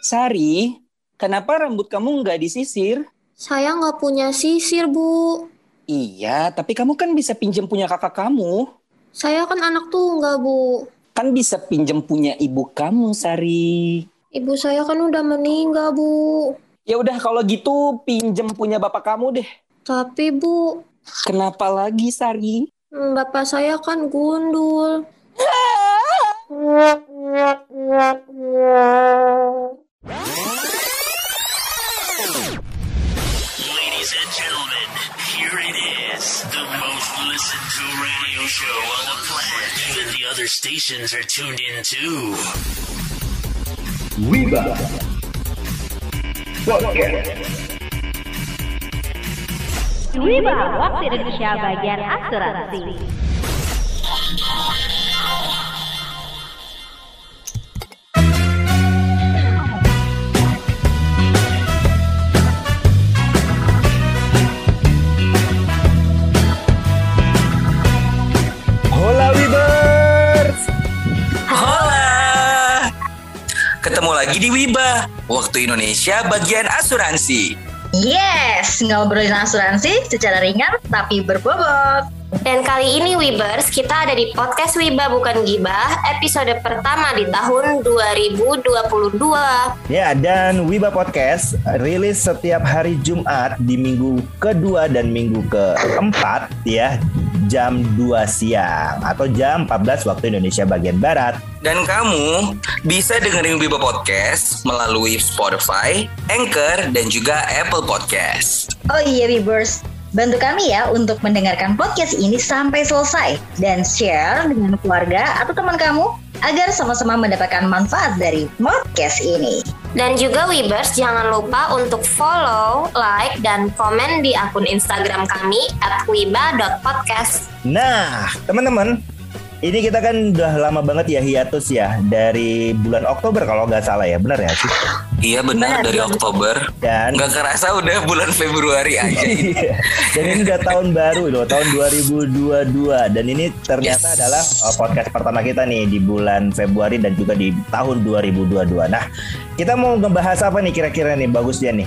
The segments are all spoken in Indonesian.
Sari, kenapa rambut kamu nggak disisir? Saya nggak punya sisir, Bu. Iya, tapi kamu kan bisa pinjam punya kakak kamu. Saya kan anak tunggal, Bu. Kan bisa pinjam punya ibu kamu, Sari. Ibu saya kan udah meninggal, Bu. Ya udah kalau gitu pinjam punya bapak kamu deh. Tapi, Bu, Kenapa lagi, Sari? bapak saya kan gundul. Ladies and gentlemen, here it is, the most listened to radio show on the planet. Even the other stations are tuned in too. Wiba Podcast. Wiba, waktu Indonesia bagian asuransi. Hola Wibers. Hola, ketemu lagi di Wiba, waktu Indonesia bagian asuransi. Yes, ngobrolin asuransi secara ringan tapi berbobot. Dan kali ini Wibers, kita ada di podcast Wiba Bukan Gibah, episode pertama di tahun 2022. Ya, dan Wiba Podcast rilis setiap hari Jumat di minggu kedua dan minggu keempat ya, jam 2 siang atau jam 14 waktu Indonesia bagian Barat. Dan kamu bisa dengerin Wiba Podcast melalui Spotify, Anchor, dan juga Apple Podcast. Oh iya Wibers, bantu kami ya untuk mendengarkan podcast ini sampai selesai dan share dengan keluarga atau teman kamu agar sama-sama mendapatkan manfaat dari podcast ini. Dan juga Wibers, jangan lupa untuk follow, like, dan komen di akun Instagram kami @wiba.podcast. Nah, teman-teman, ini kita kan udah lama banget ya hiatus ya dari bulan Oktober kalau nggak salah ya, benar ya sih? Iya benar, dari Oktober. Dan Nggak kerasa udah bulan Februari aja. dan ini udah tahun baru loh, tahun 2022. Dan ini ternyata Yes. adalah podcast pertama kita nih di bulan Februari dan juga di tahun 2022. Nah, kita mau ngebahas apa nih kira-kira nih bagusnya nih?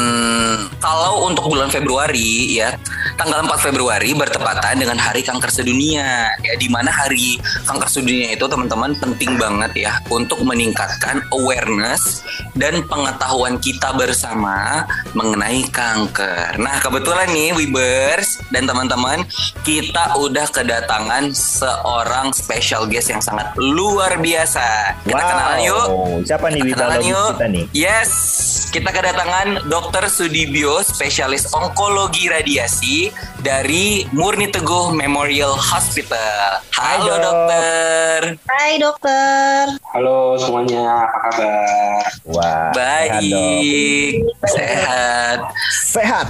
Kalau untuk bulan Februari ya, tanggal 4 Februari bertepatan dengan Hari Kanker Sedunia. Ya, di mana Hari Kanker Sedunia itu teman-teman penting banget ya untuk meningkatkan awareness dan pengetahuan kita bersama mengenai kanker. Nah, kebetulan nih Wibers dan teman-teman, kita udah kedatangan seorang special guest yang sangat luar biasa. Kita kenalan yuk. Siapa nih Kita kenalan Wibalogis yuk. kita nih? Yes, kita kedatangan Dr. Sudibyo, spesialis onkologi radiasi dari Murni Teguh Memorial Hospital. Halo Dok. dokter. Hai dokter. Halo semuanya, apa kabar? Wah, sehat, Dok. Baik, sehat. Sehat.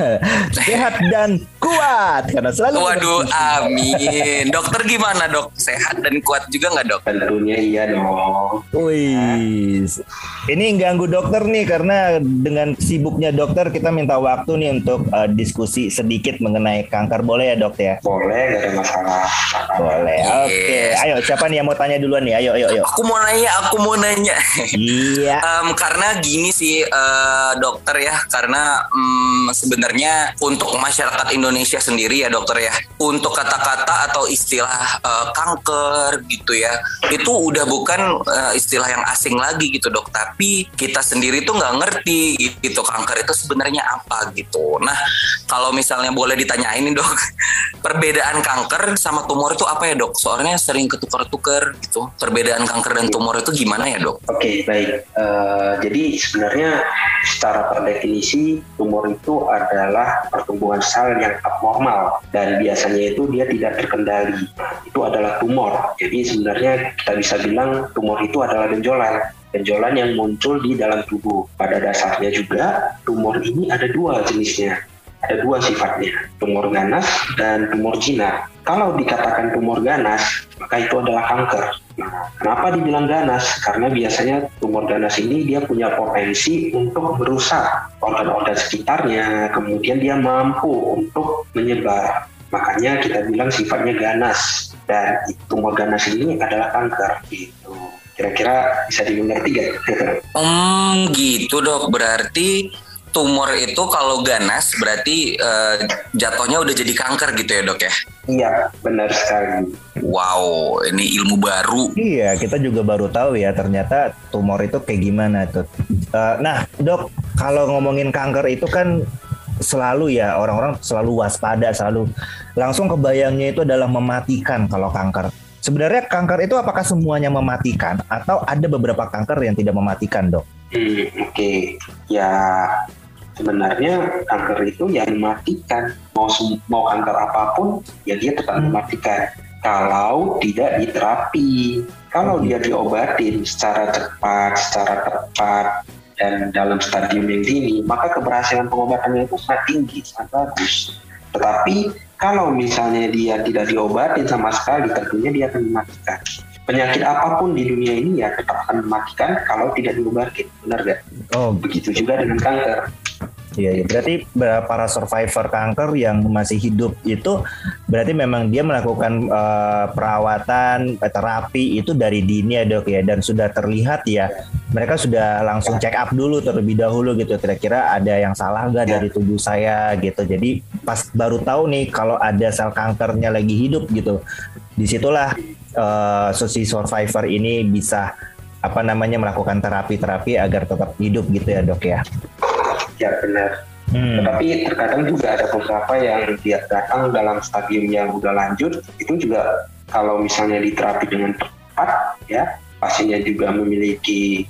Sehat dan kuat karena selalu Waduh, amin. Dokter gimana dok? Sehat dan kuat juga nggak dok? Tentunya iya dong. Wih, ini ganggu dokter nih karena dengan sibuknya dokter kita minta waktu nih untuk diskusi sedikit mengenai kanker, boleh ya dok ya? Boleh, gak ada masalah. Boleh. Oke, Yes. ayo siapa nih yang mau tanya duluan nih? Ayo. Aku mau nanya. Iya. Karena gini sih dokter ya, karena sebenarnya untuk masyarakat Indonesia sendiri ya dokter ya, untuk kata-kata atau istilah kanker gitu ya, itu udah bukan istilah yang asing lagi gitu dok, tapi kita sendiri tuh nggak ngerti gitu kanker itu sebenarnya apa gitu. Nah, kalau misalnya boleh ditanyain nih dok, perbedaan kanker sama tumor itu apa ya dok? Soalnya sering ketukar-tukar gitu. Perbedaan kanker dan tumor itu gimana ya dok? Oke, baik. Jadi sebenarnya secara per definisi tumor itu adalah pertumbuhan sel yang abnormal dan biasanya itu dia tidak terkendali. Itu adalah tumor. Jadi sebenarnya kita bisa bilang tumor itu adalah benjolan yang muncul di dalam tubuh. Pada dasarnya juga tumor ini ada dua jenisnya. Ada dua sifatnya, tumor ganas dan tumor jinak. Kalau dikatakan tumor ganas, maka itu adalah kanker. Nah, kenapa dibilang ganas? Karena biasanya tumor ganas ini dia punya potensi untuk merusak organ-organ sekitarnya, kemudian dia mampu untuk menyebar. Makanya kita bilang sifatnya ganas, dan tumor ganas ini adalah kanker gitu. Kira-kira bisa dimengerti gak? Gitu dok, berarti tumor itu kalau ganas berarti jatuhnya udah jadi kanker gitu ya dok ya? Iya, benar sekali. Wow, ini ilmu baru. Iya, kita juga baru tahu ya ternyata tumor itu kayak gimana tuh. Nah dok, kalau ngomongin kanker itu kan selalu ya orang-orang selalu waspada, selalu langsung kebayangnya itu adalah mematikan kalau kanker. Sebenarnya kanker itu apakah semuanya mematikan atau ada beberapa kanker yang tidak mematikan dok? Oke. Ya sebenarnya kanker itu ya mematikan. Mau kanker apapun ya dia tetap mematikan kalau tidak diterapi. Kalau dia diobatin secara cepat, secara tepat, dan dalam stadium yang dini, maka keberhasilan pengobatannya itu sangat tinggi, sangat bagus. Tetapi kalau misalnya dia tidak diobatin sama sekali, tentunya dia akan mematikan. Penyakit apapun di dunia ini ya tetap akan mematikan kalau tidak diobatin, benar gak? Oh, begitu juga dengan kanker. Iya, berarti para survivor kanker yang masih hidup itu berarti memang dia melakukan perawatan, terapi itu dari dini ya dok ya, dan sudah terlihat ya mereka sudah langsung check up dulu terlebih dahulu gitu, kira-kira ada yang salah nggak dari tubuh saya gitu. Jadi pas baru tahu nih kalau ada sel kankernya lagi hidup gitu, disitulah si survivor ini bisa melakukan terapi agar tetap hidup gitu ya dok ya. Ya benar. Tetapi terkadang juga ada beberapa yang dia datang dalam stadium yang udah lanjut, itu juga kalau misalnya diterapi dengan tepat ya, pasiennya juga memiliki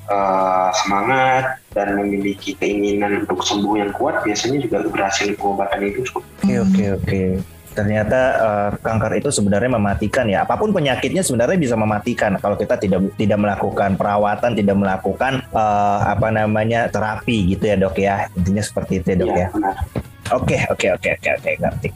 semangat dan memiliki keinginan untuk sembuh yang kuat, biasanya juga keberhasilan pengobatan itu cukup. Oke. Ternyata kanker itu sebenarnya mematikan ya. Apapun penyakitnya sebenarnya bisa mematikan kalau kita tidak melakukan perawatan, tidak melakukan terapi gitu ya dok ya. Intinya seperti itu ya dok ya. Oke, ngerti.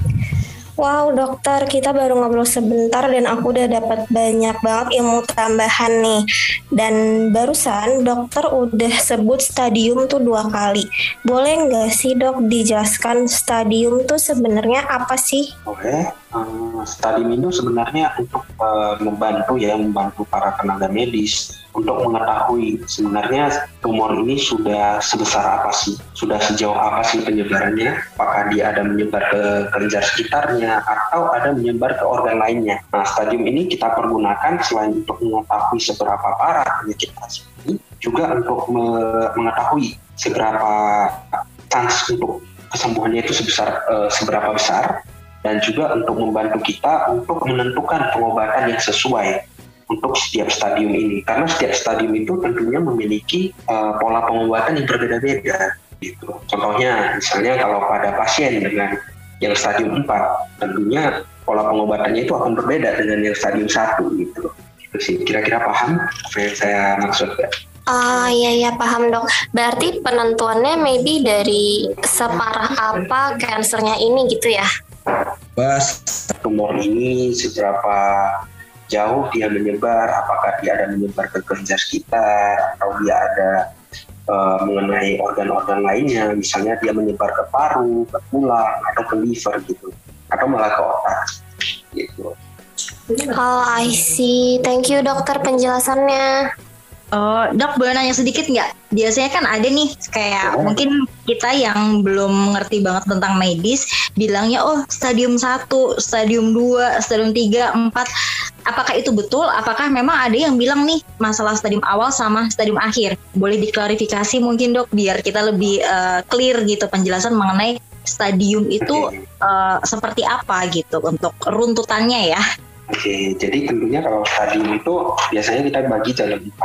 Wow dokter, kita baru ngobrol sebentar dan aku udah dapat banyak banget ilmu tambahan nih. Dan barusan dokter udah sebut stadium tuh 2 kali. Boleh nggak sih dok dijelaskan stadium tuh sebenarnya apa sih? Oke, stadium itu sebenarnya untuk membantu para tenaga medis untuk mengetahui sebenarnya tumor ini sudah sebesar apa sih, sudah sejauh apa sih penyebarannya, apakah dia ada menyebar ke kelenjar sekitarnya atau ada menyebar ke organ lainnya. Nah, stadium ini kita pergunakan selain untuk mengetahui seberapa parah penyakit pasien ini, juga untuk mengetahui seberapa chance untuk kesembuhannya itu seberapa besar, dan juga untuk membantu kita untuk menentukan pengobatan yang sesuai untuk setiap stadium ini, karena setiap stadium itu tentunya memiliki pola pengobatan yang berbeda-beda gitu. Contohnya misalnya kalau pada pasien dengan yang stadium 4, tentunya pola pengobatannya itu akan berbeda dengan yang stadium 1 gitu. Itu sih, kira-kira paham apa yang saya maksud ya? Iya paham dok. Berarti penentuannya maybe dari separah apa kansernya ini gitu ya? Pas tumor ini seberapa jauh dia menyebar, apakah dia ada menyebar ke kelenjar sekitar atau dia ada mengenai organ-organ lainnya, misalnya dia menyebar ke paru, ke tulang, atau ke liver gitu, atau malah ke otak gitu. Oh I see, thank you dokter penjelasannya. Dok, boleh nanya sedikit nggak? Biasanya kan ada nih kayak mungkin kita yang belum ngerti banget tentang medis bilangnya stadium 1, stadium 2, stadium 3, 4. Apakah itu betul? Apakah memang ada yang bilang nih masalah stadium awal sama stadium akhir? Boleh diklarifikasi mungkin dok biar kita lebih clear gitu penjelasan mengenai stadium itu seperti apa gitu untuk runtutannya ya. Oke, jadi tentunya kalau stadium itu biasanya kita bagi dalam 4.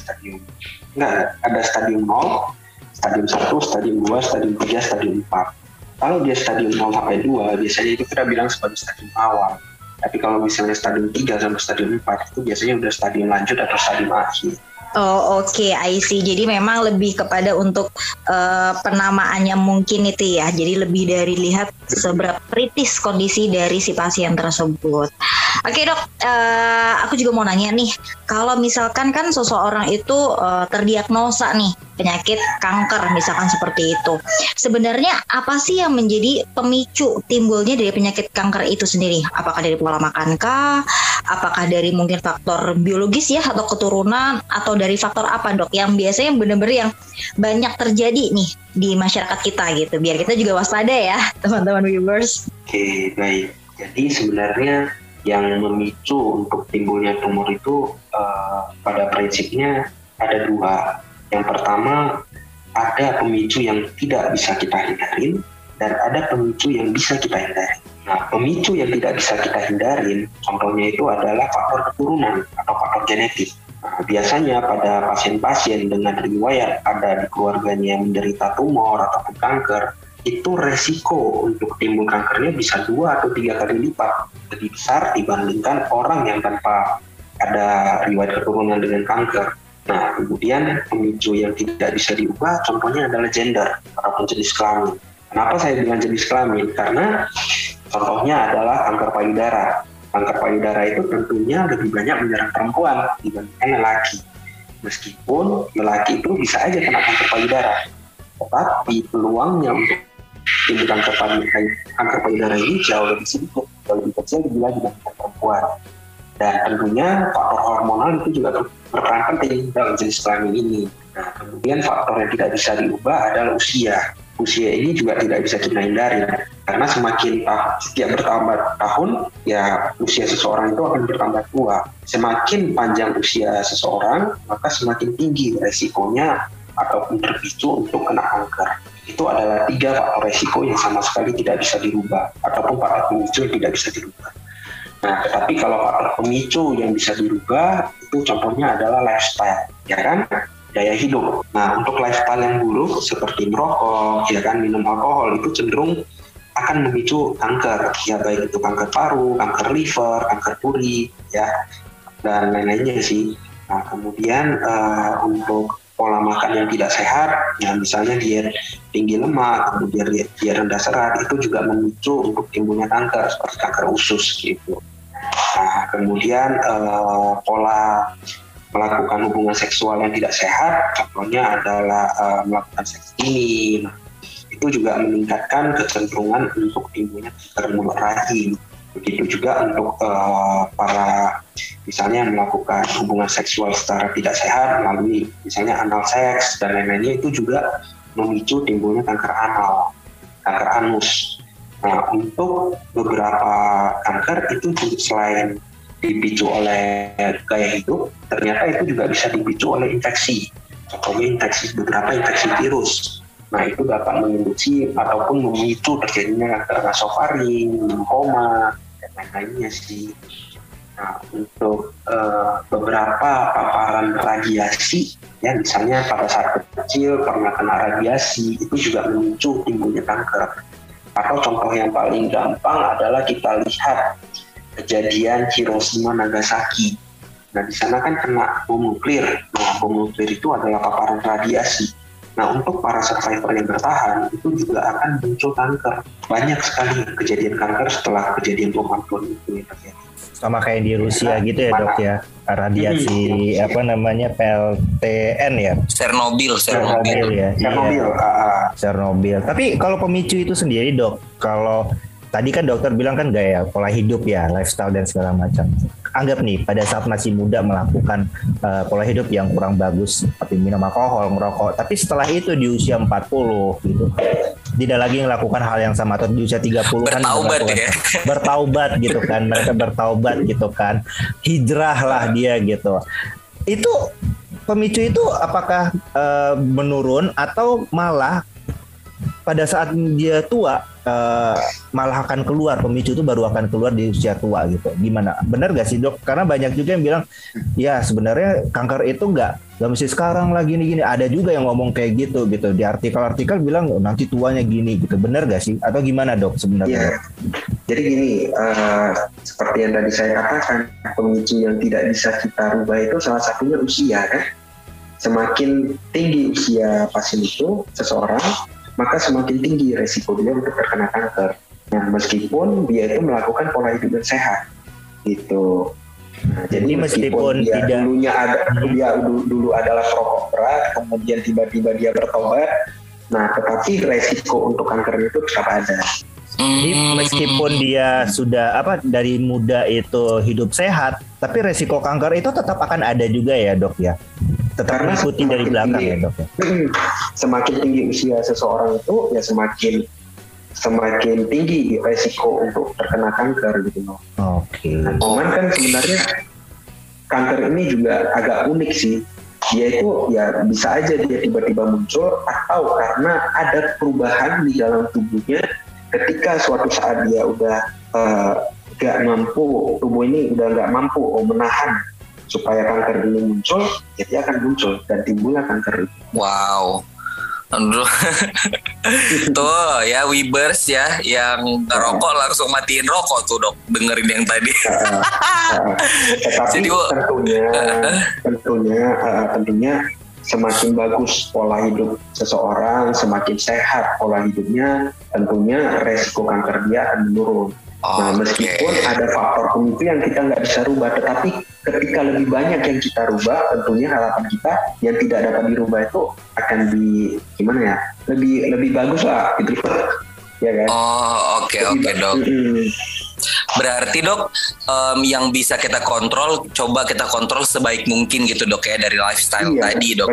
Ada stadium 0, stadium 1, stadium 2, stadium 3, stadium 4. Kalau dia stadium 0 sampai 2, biasanya itu kita bilang sebagai stadium awal. Tapi kalau misalnya stadium 3 sampai stadium 4, itu biasanya udah stadium lanjut atau stadium akhir. Oke, I see. Jadi memang lebih kepada untuk penamaannya mungkin itu ya. Jadi lebih dari lihat seberapa kritis kondisi dari si pasien tersebut. Oke dok, aku juga mau nanya nih, kalau misalkan kan seseorang itu terdiagnosa nih penyakit kanker misalkan seperti itu, sebenarnya apa sih yang menjadi pemicu timbulnya dari penyakit kanker itu sendiri? Apakah dari pola makan kah? Apakah dari mungkin faktor biologis ya atau keturunan atau dari faktor apa dok yang biasanya benar-benar yang banyak terjadi nih di masyarakat kita gitu, biar kita juga waspada ya teman-teman viewers. Oke, baik. Jadi sebenarnya yang memicu untuk timbulnya tumor itu pada prinsipnya ada dua. Yang pertama, ada pemicu yang tidak bisa kita hindarin dan ada pemicu yang bisa kita hindari. Nah, pemicu yang tidak bisa kita hindarin, contohnya itu adalah faktor keturunan atau faktor genetik. Nah, biasanya pada pasien-pasien dengan riwayat ada di keluarganya yang menderita tumor ataupun kanker, itu resiko untuk timbul kankernya bisa 2 atau 3 kali lipat lebih besar dibandingkan orang yang tanpa ada riwayat keturunan dengan kanker. Nah, kemudian pemicu yang tidak bisa diubah contohnya adalah gender ataupun jenis kelamin. Kenapa saya bilang jenis kelamin? Karena contohnya adalah kanker payudara. Kanker payudara itu tentunya lebih banyak menyerang perempuan dibandingkan lelaki. Meskipun lelaki itu bisa aja kena kanker payudara, tetapi peluangnya untuk timbul kanker payudara ini jauh lebih sedikit, jauh lebih kecil bila dibandingkan perempuan. Dan tentunya faktor hormonal itu juga berperan penting dalam jenis kelamin ini. Nah, kemudian faktor yang tidak bisa diubah adalah usia. Usia ini juga tidak bisa kita hindari karena semakin setiap bertambah tahun ya usia seseorang itu akan bertambah tua. Semakin panjang usia seseorang maka semakin tinggi resikonya ataupun terpicu untuk kena kanker. Itu adalah 3 faktor resiko yang sama sekali tidak bisa dirubah ataupun faktor pemicu yang tidak bisa dirubah. Nah, tetapi kalau faktor pemicu yang bisa dirubah itu contohnya adalah lifestyle, ya kan? Gaya hidup. Nah, untuk lifestyle yang buruk seperti merokok, ya kan, minum alkohol itu cenderung akan memicu kanker, ya baik itu kanker paru, kanker liver, kanker puri, ya dan lain-lainnya sih. Nah, kemudian untuk pola makan yang tidak sehat, ya misalnya diet tinggi lemak, kemudian diet rendah serat itu juga memicu untuk timbulnya kanker seperti kanker usus gitu. Nah, kemudian pola melakukan hubungan seksual yang tidak sehat, contohnya adalah melakukan seks dini. Nah, itu juga meningkatkan kecenderungan untuk timbulnya kanker mulut rahim. Begitu juga untuk para misalnya melakukan hubungan seksual secara tidak sehat melalui misalnya anal seks dan lain-lainnya itu juga memicu timbulnya kanker anal, kanker anus. Nah, untuk beberapa kanker itu selain dipicu oleh gaya hidup, ternyata itu juga bisa dipicu oleh infeksi. Contohnya beberapa infeksi virus. Nah, itu dapat menginduksi ataupun memicu terjadinya kanker nasofaring, limfoma, dan lain-lainnya sih. Nah, untuk beberapa paparan radiasi, ya misalnya pada saat kecil pernah kena radiasi, itu juga memicu timbulnya kanker. Atau contoh yang paling gampang adalah kita lihat kejadian Hiroshima Nagasaki. Nah, di sana kan kena bom nuklir. Nah, bom nuklir itu adalah paparan radiasi. Nah, untuk para survivor yang bertahan, itu juga akan muncul kanker. Banyak sekali kejadian kanker setelah kejadian bom atom itu terjadi. Sama kayak di Rusia gitu ya dok ya, radiasi PLTN ya, Chernobyl ya, Chernobyl. Tapi kalau pemicu itu sendiri dok, kalau tadi kan dokter bilang kan gaya pola hidup ya, lifestyle dan segala macam. Anggap nih pada saat masih muda melakukan pola hidup yang kurang bagus seperti minum alkohol, merokok, tapi setelah itu di usia 40 gitu tidak lagi melakukan hal yang sama, atau di usia 30 kan bertaubat gitu kan, mereka bertaubat gitu kan, hijrah lah dia gitu. Itu pemicu itu apakah menurun atau malah pada saat dia tua malah akan keluar, pemicu itu baru akan keluar di usia tua gitu? Gimana? Benar gak sih dok? Karena banyak juga yang bilang ya sebenarnya kanker itu nggak mesti sekarang lah gini-gini. Ada juga yang ngomong kayak gitu di artikel-artikel bilang nanti tuanya gini gitu. Benar gak sih? Atau gimana dok sebenarnya? Ya, jadi gini, seperti yang tadi saya katakan, pemicu yang tidak bisa kita rubah itu salah satunya usia kan. Semakin tinggi usia pasien itu seseorang, maka semakin tinggi resiko dia untuk terkena kanker. Nah, meskipun dia itu melakukan pola hidup yang sehat, gitu. Nah, jadi meskipun dia tidak dulu adalah perokok berat, kemudian tiba-tiba dia bertobat, nah tetapi resiko untuk kanker itu tetap ada. Jadi meskipun dia sudah dari muda itu hidup sehat, tapi resiko kanker itu tetap akan ada juga ya dok ya. Tetap mengikuti dari belakang ya dok ya. Semakin tinggi usia seseorang itu ya semakin tinggi resiko untuk terkena kanker gitu loh. Oke. Nah, cuman kan sebenarnya kanker ini juga agak unik sih. Dia itu ya bisa aja dia tiba-tiba muncul atau karena ada perubahan di dalam tubuhnya ketika suatu saat dia udah gak mampu, tubuh ini udah gak mampu menahan supaya kanker ini muncul, ya dia akan muncul dan timbullah kanker itu. Wow. Tuh ya Wibers ya yang ngerokok langsung matiin rokok tuh dok, dengerin yang tadi. Tetapi tentunya semakin bagus pola hidup seseorang, semakin sehat pola hidupnya, tentunya resiko kanker dia akan menurun. Nah, meskipun ada faktor pemicu yang kita nggak bisa rubah, tetapi ketika lebih banyak yang kita rubah, tentunya harapan kita yang tidak dapat dirubah itu akan lebih bagus lah, gitu, ya kan? Oh, oke dok. Berarti dok, yang bisa kita kontrol, coba kita kontrol sebaik mungkin gitu dok ya, dari lifestyle tadi dok.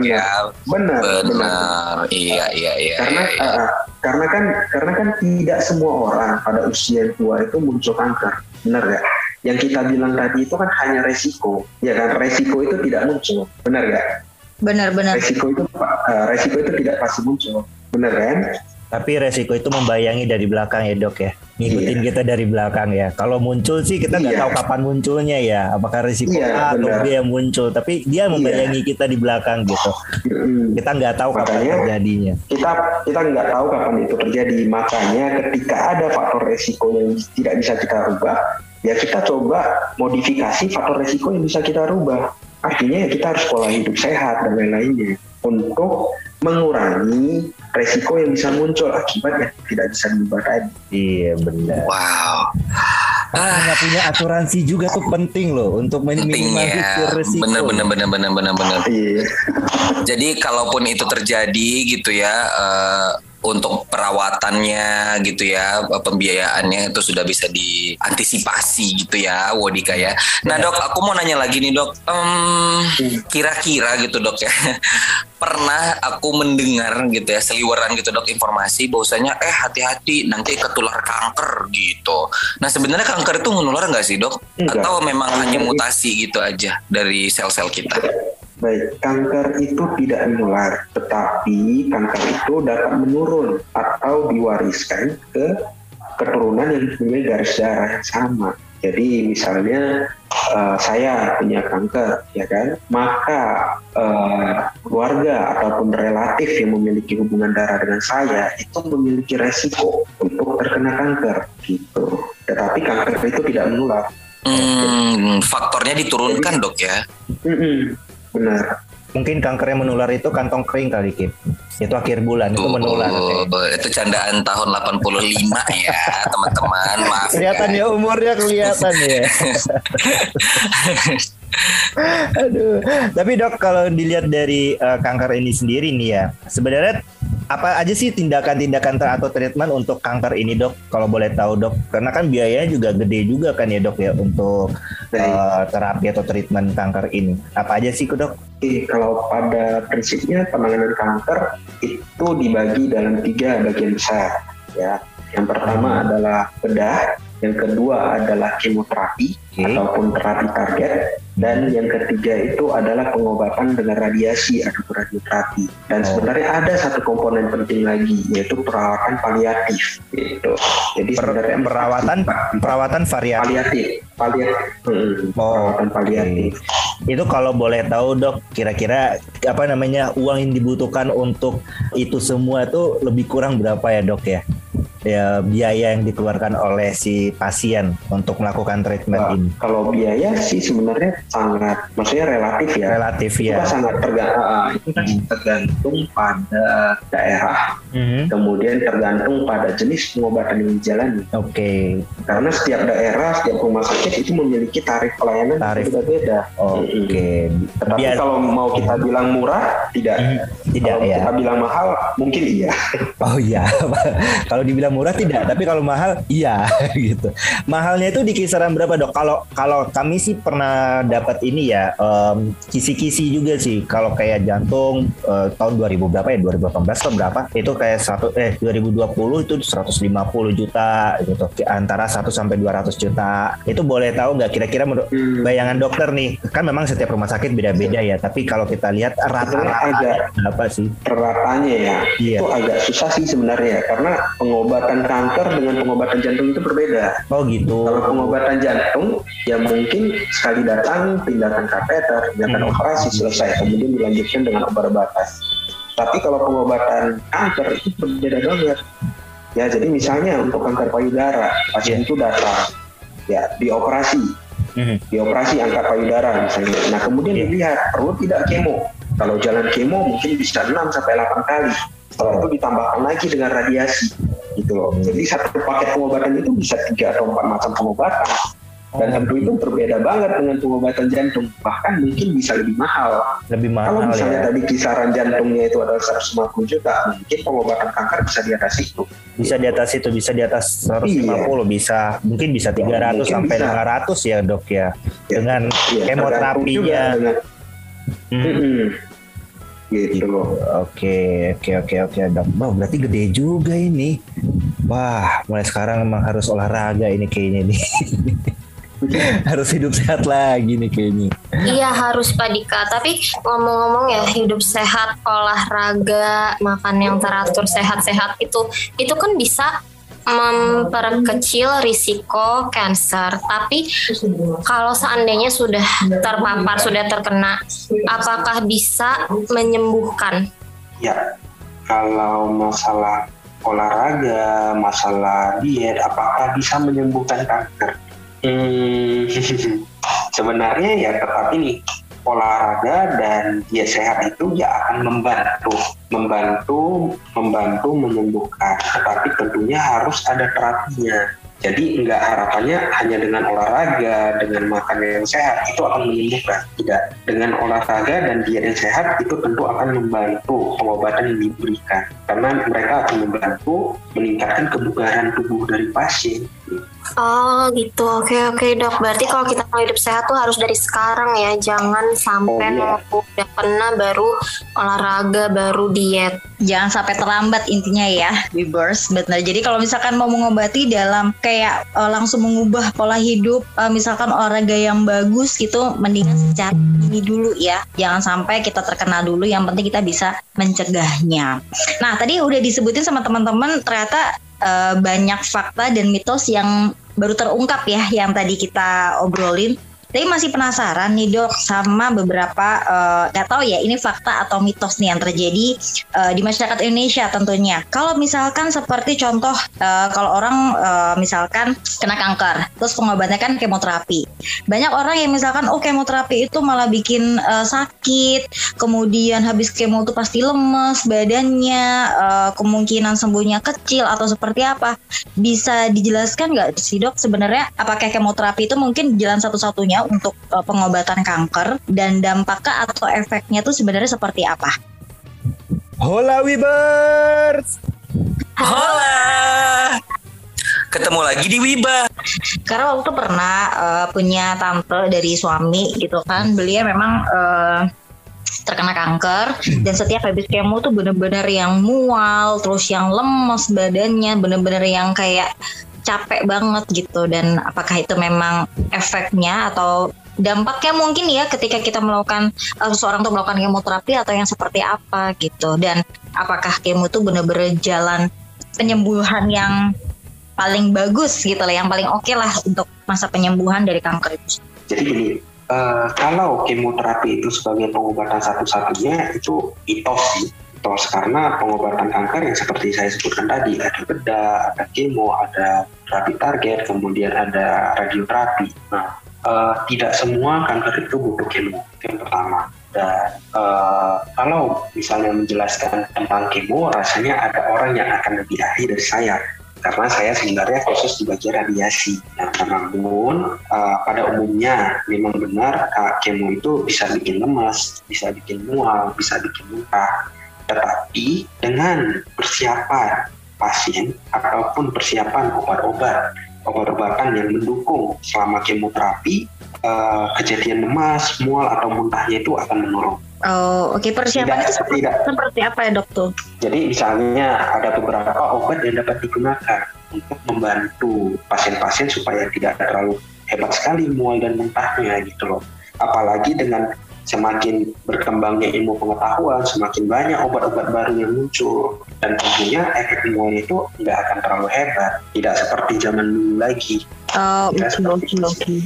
Benar. Iya. Karena kan tidak semua orang pada usia tua itu muncul kanker, benar ya? Yang kita bilang tadi itu kan hanya resiko, ya kan? Resiko itu tidak muncul, benar ya? Benar. Resiko itu tidak pasti muncul, benar kan? Tapi resiko itu membayangi dari belakang ya dok ya, ngikutin kita dari belakang ya. Kalau muncul sih kita nggak tahu kapan munculnya ya, apakah resiko A atau B yang muncul, tapi dia membayangi kita di belakang gitu. Kita nggak tahu kapan terjadinya. Kita nggak tahu kapan itu terjadi, makanya ketika ada faktor resiko yang tidak bisa kita rubah, ya kita coba modifikasi faktor resiko yang bisa kita rubah. Artinya ya kita harus pola hidup sehat dan lain-lainnya untuk mengurangi resiko yang bisa muncul akibat yang tidak bisa diubah tadi. Iya benar. Wow. Nggak punya asuransi juga tuh penting loh untuk minimalisir resiko. Benar. Iya. Jadi kalaupun itu terjadi gitu ya, untuk perawatannya gitu ya, pembiayaannya itu sudah bisa diantisipasi gitu ya, Wodika ya. Nah dok, aku mau nanya lagi nih dok, kira-kira gitu dok ya, pernah aku mendengar gitu ya, seliweran gitu dok, informasi bahwasanya hati-hati nanti ketular kanker gitu. Nah sebenarnya kanker itu menular nggak sih dok? Enggak. Atau memang hanya mutasi gitu aja dari sel-sel kita? Baik, kanker itu tidak menular, tetapi kanker itu dapat menurun atau diwariskan ke keturunan yang punya garis darah yang sama. Jadi misalnya saya punya kanker, ya kan, maka keluarga ataupun relatif yang memiliki hubungan darah dengan saya itu memiliki resiko untuk terkena kanker, gitu. Tetapi kanker itu tidak menular. Faktornya diturunkan dok ya? Benar. Mungkin kanker yang menular itu kantong kering kali Kim. Itu akhir bulan itu menular. Itu candaan tahun 85 ya teman-teman. Maaf. Kelihatan ya umurnya kelihatan ya. Aduh. Tapi dok kalau dilihat dari kanker ini sendiri nih ya, sebenarnya apa aja sih tindakan-tindakan atau treatment untuk kanker ini dok? Kalau boleh tahu dok, karena kan biayanya juga gede juga kan ya dok ya untuk terapi atau treatment kanker ini. Apa aja sih dok? Kalau pada prinsipnya penanganan kanker itu dibagi dalam 3 bagian besar ya. Yang pertama adalah bedah, yang kedua adalah kemoterapi ataupun terapi target, dan yang ketiga itu adalah pengobatan dengan radiasi atau radioterapi. Dan sebenarnya ada satu komponen penting lagi, yaitu perawatan paliatif gitu. Jadi sebenarnya perawatan paliatif. Perawatan paliatif. Itu kalau boleh tahu dok, kira-kira uang yang dibutuhkan untuk itu semua itu lebih kurang berapa ya dok ya? Ya, biaya yang dikeluarkan oleh si pasien untuk melakukan treatment ini. Kalau biaya sih sebenarnya maksudnya relatif ya. Itu sangat tergantung pada daerah. Kemudian tergantung pada jenis pengobatan yang dijalani. Oke. Karena setiap daerah, setiap rumah sakit itu memiliki tarif pelayanan yang berbeda. Oke. Tetapi kalau mau kita bilang murah, tidak. Tidak Kalau ya. kita bilang mahal, mungkin iya. Oh iya, kalau dibilang murah tidak, tapi kalau mahal iya gitu. Mahalnya itu di kisaran berapa dok? Kalau kami sih pernah dapat ini ya, kisi-kisi juga sih. Kalau kayak jantung tahun 2000 berapa ya? 2018 atau berapa? Itu kayak 2020 itu 150 juta gitu. Antara 1 sampai 200 juta. Itu boleh tahu nggak kira-kira menurut bayangan dokter nih? Kan memang setiap rumah sakit beda-beda ya. Tapi kalau kita lihat rata-rata apa sih? Ratanya ya, Iya. itu agak susah sih sebenarnya karena pengobatan kanker dengan pengobatan jantung itu berbeda. Oh gitu. Kalau pengobatan jantung ya mungkin sekali datang pindahkan kateter, pindahkan operasi selesai, kemudian dilanjutkan dengan obat-obatan. Tapi kalau pengobatan kanker itu berbeda banget. Ya jadi misalnya untuk kanker payudara, pasien itu datang ya dioperasi angkat payudara misalnya. Nah kemudian dilihat perlu tidak kemo. Kalau jalan kemo mungkin bisa 6 sampai 8 kali. Setelah itu ditambahkan lagi dengan radiasi gitu loh. Jadi satu paket pengobatan itu bisa 3 atau 4 macam pengobatan. Dan tentu itu berbeda banget dengan pengobatan jantung. Bahkan mungkin bisa lebih mahal. Kalau misalnya tadi kisaran jantungnya itu adalah 150 juta, mungkin pengobatan kanker bisa di atas itu. Bisa di atas itu, bisa di atas 150, bisa mungkin bisa 300 sampai bisa. 500 ya dok ya. Dengan kemoterapinya. Gitu loh. Oke dok. Wah, berarti gede juga ini. Wah, mulai sekarang memang harus olahraga ini kayaknya nih. Harus hidup sehat lagi nih kayaknya. Iya harus Pak Dika. Tapi ngomong-ngomong ya, hidup sehat, olahraga, makan yang teratur, sehat-sehat itu kan bisa memperkecil risiko kanker. Tapi kalau seandainya sudah terpapar, sudah terkena, apakah bisa menyembuhkan? Ya, kalau masalah olahraga, masalah diet, apakah bisa menyembuhkan kanker? Sebenarnya ya tetap ini olahraga dan diet sehat itu ya akan membantu menyembuhkan, tetapi tentunya harus ada terapinya. Jadi enggak harapannya hanya dengan olahraga, dengan makan yang sehat itu akan menyembuhkan. Tidak, dengan olahraga dan diet yang sehat itu tentu akan membantu pengobatan yang diberikan, karena mereka akan membantu meningkatkan kebugaran tubuh dari pasien. Oh gitu, oke dok. Berarti kalau kita mau hidup sehat tuh harus dari sekarang ya, jangan sampai udah kena baru olahraga, baru diet. Jangan sampai terlambat intinya ya, Wibers. Benar. Jadi kalau misalkan mau mengobati dalam kayak langsung mengubah pola hidup, misalkan olahraga yang bagus gitu, mendingan secara ini dulu ya. Jangan sampai kita terkena dulu. Yang penting kita bisa mencegahnya. Nah tadi udah disebutin sama teman-teman, ternyata banyak fakta dan mitos yang baru terungkap ya yang tadi kita obrolin. Tapi masih penasaran nih dok sama beberapa gak tahu ya ini fakta atau mitos nih yang terjadi di masyarakat Indonesia tentunya. Kalau misalkan seperti contoh kalau orang misalkan kena kanker, terus pengobatannya kan kemoterapi. Banyak orang yang misalkan kemoterapi itu malah bikin sakit, kemudian habis kemo itu pasti lemes badannya, kemungkinan sembuhnya kecil atau seperti apa. Bisa dijelaskan nggak sih dok sebenarnya apakah kemoterapi itu mungkin jalan satu-satunya untuk pengobatan kanker dan dampaknya atau efeknya tuh sebenarnya seperti apa? Hola Wibers. Hola. Ketemu lagi di Wiba. Karena waktu pernah punya tante dari suami gitu kan, beliau memang terkena kanker dan setiap habis kemo tuh bener-bener yang mual, terus yang lemes badannya, bener-bener yang kayak capek banget gitu. Dan apakah itu memang efeknya atau dampaknya mungkin ya ketika kita melakukan seseorang tuh melakukan kemoterapi atau yang seperti apa gitu. Dan apakah kemo itu bener-bener jalan penyembuhan yang paling bagus gitu lah, yang paling oke lah untuk masa penyembuhan dari kanker itu. Jadi gini, kalau kemoterapi itu sebagai pengobatan satu-satunya itu mitos sih. Karena pengobatan kanker yang seperti saya sebutkan tadi, ada bedah, ada kemo, ada terapi target, kemudian ada radioterapi. Nah, tidak semua kanker itu butuh kemo, yang pertama. Dan kalau misalnya menjelaskan tentang kemo, rasanya ada orang yang akan lebih ahli dari saya. karena saya sebenarnya khusus di bagian radiasi. Nah, namun pada umumnya memang benar kemo itu bisa bikin lemas, bisa bikin mual, bisa bikin muntah. Tetapi dengan persiapan pasien ataupun persiapan obat-obatan yang mendukung selama kemoterapi, kejadian lemas, mual atau muntahnya itu akan menurun. Oh, oke. Persiapan itu seperti apa ya, Dok? Jadi misalnya ada beberapa obat yang dapat digunakan untuk membantu pasien-pasien supaya tidak terlalu hebat sekali mual dan muntahnya gitu loh. Apalagi dengan semakin berkembangnya ilmu pengetahuan, semakin banyak obat-obat baru yang muncul, dan tentunya efek mualnya itu nggak akan terlalu hebat, tidak seperti zaman dulu lagi. Oh, oke.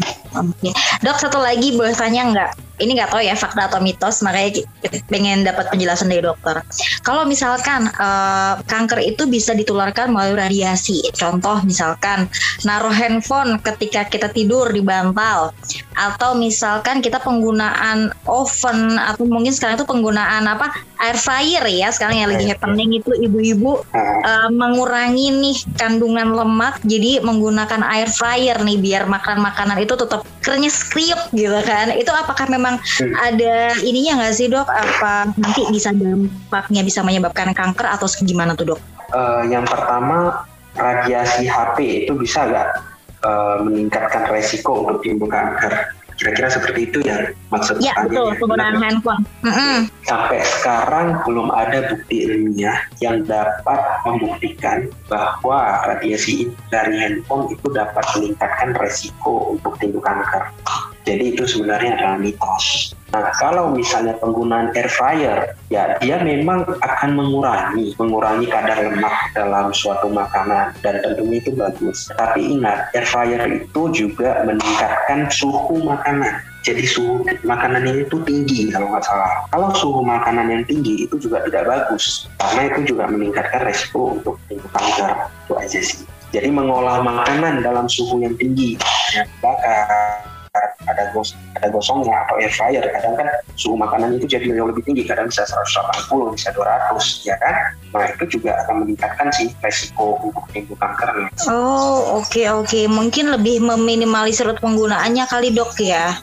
Dok, satu lagi boleh tanya nggak? Ini nggak tahu ya fakta atau mitos, makanya pengen dapat penjelasan dari dokter. Kalau misalkan kanker itu bisa ditularkan melalui radiasi, contoh misalkan naruh handphone ketika kita tidur di bantal, atau misalkan kita penggunaan oven, atau mungkin sekarang itu penggunaan air fryer ya, sekarang yang lagi happening itu ibu-ibu mengurangi nih kandungan lemak, jadi menggunakan air fryer nih biar makanan itu tetap krenyes kriuk gitu kan. Itu apakah memang ada ininya nggak sih, Dok? Apa nanti bisa dampaknya bisa menyebabkan kanker atau gimana tuh, Dok? Yang pertama, radiasi HP itu bisa nggak meningkatkan resiko untuk timbul kanker? Kira-kira seperti itu ya maksudnya. Ya, betul, penggunaan handphone. Sampai sekarang belum ada bukti ilmiah yang dapat membuktikan bahwa radiasi dari handphone itu dapat meningkatkan resiko untuk timbul kanker. Jadi itu sebenarnya adalah mitos. Nah, kalau misalnya penggunaan air fryer, ya dia memang akan mengurangi kadar lemak dalam suatu makanan, dan tentunya itu bagus. Tapi ingat, air fryer itu juga meningkatkan suhu makanan. Jadi suhu makanan ini itu tinggi kalau nggak salah. Kalau suhu makanan yang tinggi itu juga tidak bagus, karena itu juga meningkatkan resiko untuk timbul kanker. Itu aja sih. Jadi mengolah makanan dalam suhu yang tinggi, yang bakar, ada gosongnya atau air fryer, kadang kan suhu makanan itu jadi jauh lebih tinggi, kadang bisa 180, bisa 200 ya kan. Nah itu juga akan meningkatkan sih resiko untuk timbul kanker. Oh, oke. Mungkin lebih meminimalisir penggunaannya kali, Dok ya.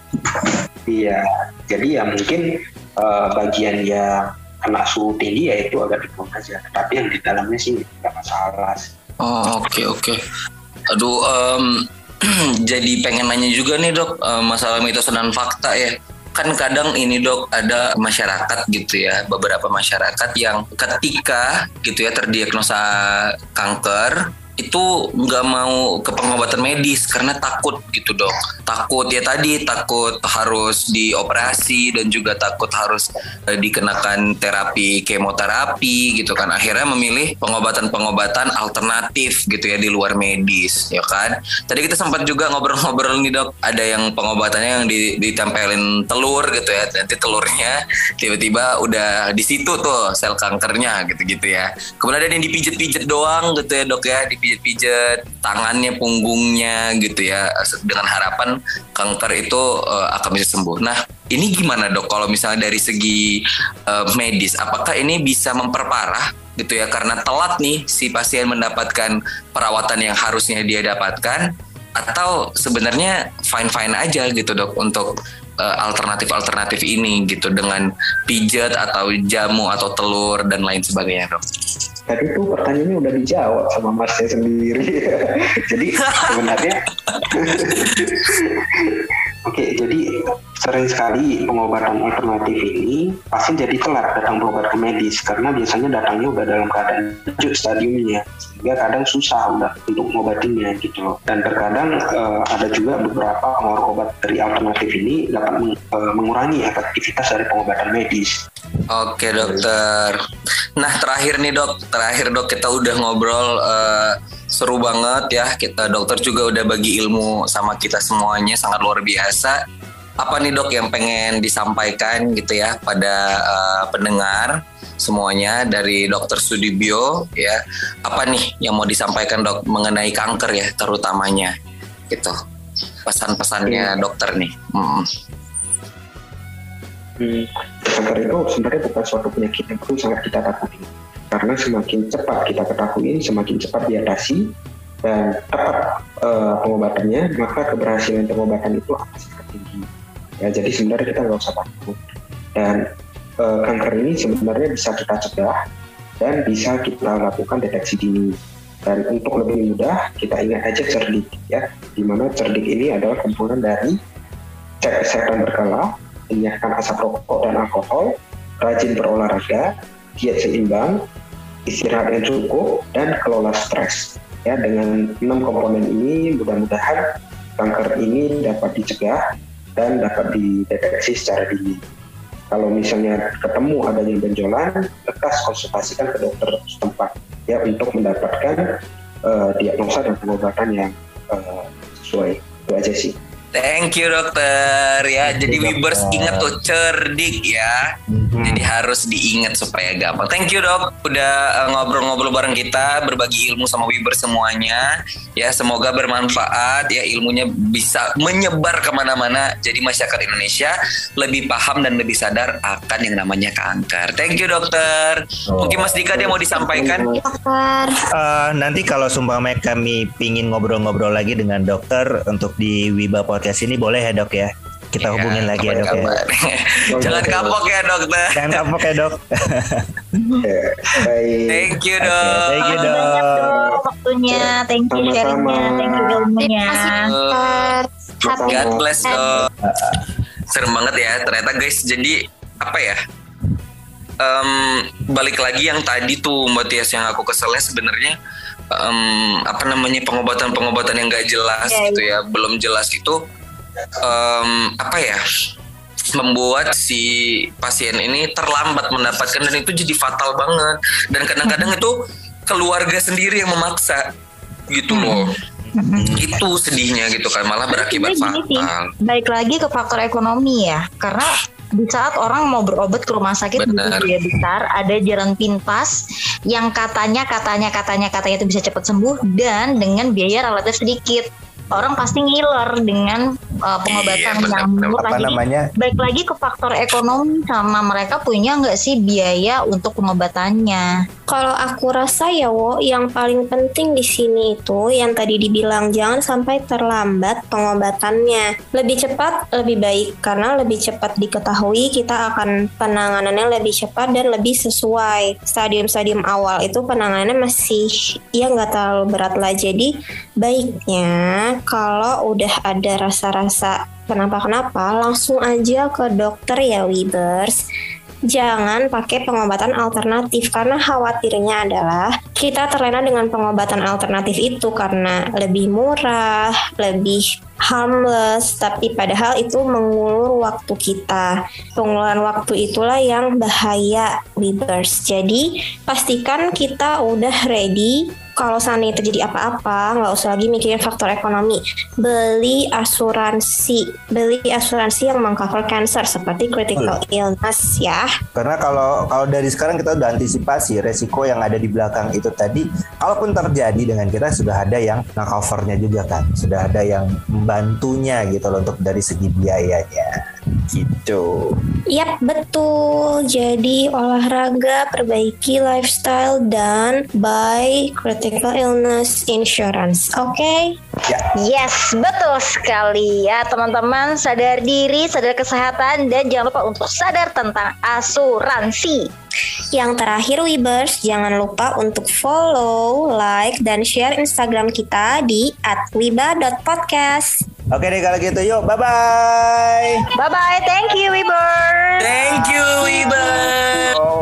Iya, jadi ya mungkin bagian yang kena suhu tinggi ya itu agak dibuang aja, tapi yang di dalamnya sih nggak masalah sih. Oh, oke. Aduh, jadi pengen nanya juga nih, Dok, masalah mitos dan fakta ya. Kan kadang ini, Dok, ada masyarakat gitu ya, beberapa masyarakat yang ketika gitu ya terdiagnosa kanker itu nggak mau ke pengobatan medis karena takut gitu, Dok. Takut harus dioperasi dan juga takut harus dikenakan kemoterapi gitu kan. Akhirnya memilih pengobatan alternatif gitu ya di luar medis ya kan. Tadi kita sempat juga ngobrol-ngobrol nih, Dok. Ada yang pengobatannya yang ditempelin telur gitu ya. Nanti telurnya tiba-tiba udah di situ tuh sel kankernya gitu-gitu ya. Kemudian ada yang dipijet-pijet doang gitu ya, Dok ya. Pijet tangannya, punggungnya gitu ya, dengan harapan kanker itu akan bisa sembuh. Nah, ini gimana, Dok, kalau misalnya dari segi medis, apakah ini bisa memperparah gitu ya karena telat nih si pasien mendapatkan perawatan yang harusnya dia dapatkan, atau sebenarnya fine-fine aja gitu, Dok, untuk alternatif ini gitu dengan pijat atau jamu atau telur dan lain sebagainya, Dok? Tadi tuh pertanyaannya udah dijawab sama Masnya sendiri. Jadi sebenarnya jadi sering sekali pengobatan alternatif ini pasien jadi telat datang berobat ke medis karena biasanya datangnya udah dalam keadaan lanjut stadiumnya, sehingga kadang susah udah untuk ngobatinnya gitu loh. Dan terkadang ada juga beberapa pengaruh obat dari alternatif ini dapat mengurangi efektivitas dari pengobatan medis. Oke, dokter. Nah, terakhir dok, kita udah ngobrol seru banget ya. Dokter juga udah bagi ilmu sama kita semuanya, sangat luar biasa. Apa nih, Dok, yang pengen disampaikan gitu ya pada pendengar semuanya dari Dokter Sudibyo ya? Apa nih yang mau disampaikan, Dok, mengenai kanker ya terutamanya gitu? Pesan-pesannya dokter nih. Kanker itu sebenarnya bukan suatu penyakit yang perlu sangat kita takuti. Karena semakin cepat kita ketahui, semakin cepat diatasi dan tepat pengobatannya, maka keberhasilan pengobatan itu akan sangat tinggi. Ya, jadi sebenarnya kita nggak usah takut. Dan kanker ini sebenarnya bisa kita cegah dan bisa kita lakukan deteksi dini. Dan untuk lebih mudah, kita ingat aja cerdik, ya, di mana cerdik ini adalah kumpulan dari cek kesehatan berkala, menyiapkan asap rokok dan alkohol, rajin berolahraga, diet seimbang, istirahat yang cukup, dan kelola stres. Ya, dengan 6 komponen ini mudah-mudahan kanker ini dapat dicegah dan dapat dideteksi secara dini. Kalau misalnya ketemu adanya benjolan, lekas konsultasikan ke dokter setempat ya untuk mendapatkan diagnosa dan pengobatan yang sesuai. Itu aja sih. Thank you dokter ya. Jadi Wibers inget tuh cerdik ya. Jadi harus diingat supaya gampang. Thank you dok, udah ngobrol-ngobrol bareng kita, berbagi ilmu sama Wibers semuanya. Ya semoga bermanfaat ya, ilmunya bisa menyebar kemana-mana. Jadi masyarakat Indonesia lebih paham dan lebih sadar akan yang namanya kanker. Thank you dokter. Mungkin Mas Dika dia mau disampaikan. Nanti kalau sumpah kami pingin ngobrol-ngobrol lagi dengan dokter untuk di Wiba Podcast ini boleh ya dok ya? Kita hubungin lagi ya dok ya. Jangan kapok ya dokter. Jangan kapok ya dok. Thank you dok. Thank you dok. Waktunya, thank you sharingnya, thank you ilmunya. God bless dok. Serem banget ya ternyata guys. Jadi apa ya? Balik lagi yang tadi tuh Mbak Tias, yang aku keselnya sebenarnya pengobatan yang nggak jelas gitu ya, belum jelas itu membuat si pasien ini terlambat mendapatkan, dan itu jadi fatal banget. Dan kadang-kadang itu keluarga sendiri yang memaksa gitu loh. Itu sedihnya gitu kan, malah berakibat fatal. Baik lagi ke faktor ekonomi ya, karena di saat orang mau berobat ke rumah sakit butuh biaya besar, ada jalan pintas yang katanya itu bisa cepat sembuh dan dengan biaya relatif sedikit. Orang pasti ngiler dengan pengobatan yang murah. Jadi baik lagi ke faktor ekonomi, sama mereka punya nggak sih biaya untuk pengobatannya. Kalau aku rasa ya yang paling penting di sini itu yang tadi dibilang, jangan sampai terlambat pengobatannya. Lebih cepat lebih baik, karena lebih cepat diketahui kita akan penanganannya lebih cepat dan lebih sesuai. Stadium-stadium awal itu penanganannya masih nggak terlalu berat lah. Jadi baiknya kalau udah ada rasa-rasa kenapa-kenapa, langsung aja ke dokter ya Wibers. Jangan pakai pengobatan alternatif, karena khawatirnya adalah kita terlena dengan pengobatan alternatif itu karena lebih murah, lebih harmless, tapi padahal itu mengulur waktu kita. Penguluran waktu itulah yang bahaya Wibers. Jadi pastikan kita udah ready. Kalau seandainya terjadi apa-apa, nggak usah lagi mikirin faktor ekonomi. Beli asuransi yang mengcover cancer seperti critical illness ya. Karena kalau dari sekarang kita udah antisipasi resiko yang ada di belakang itu tadi. Kalaupun terjadi dengan kita, sudah ada yang nge-covernya juga kan, sudah ada yang membantunya gitu loh untuk dari segi biayanya. Gitu. Yap, betul. Jadi olahraga, perbaiki lifestyle, dan buy critical illness insurance. Oke? Yes, betul sekali ya teman-teman. Sadar diri, sadar kesehatan, dan jangan lupa untuk sadar tentang asuransi. Yang terakhir Wibers, jangan lupa untuk follow, like, dan share Instagram kita di @wiba.podcast. Oke deh kalau gitu, yuk bye-bye. Bye-bye, thank you Wibers. Thank you Wibers.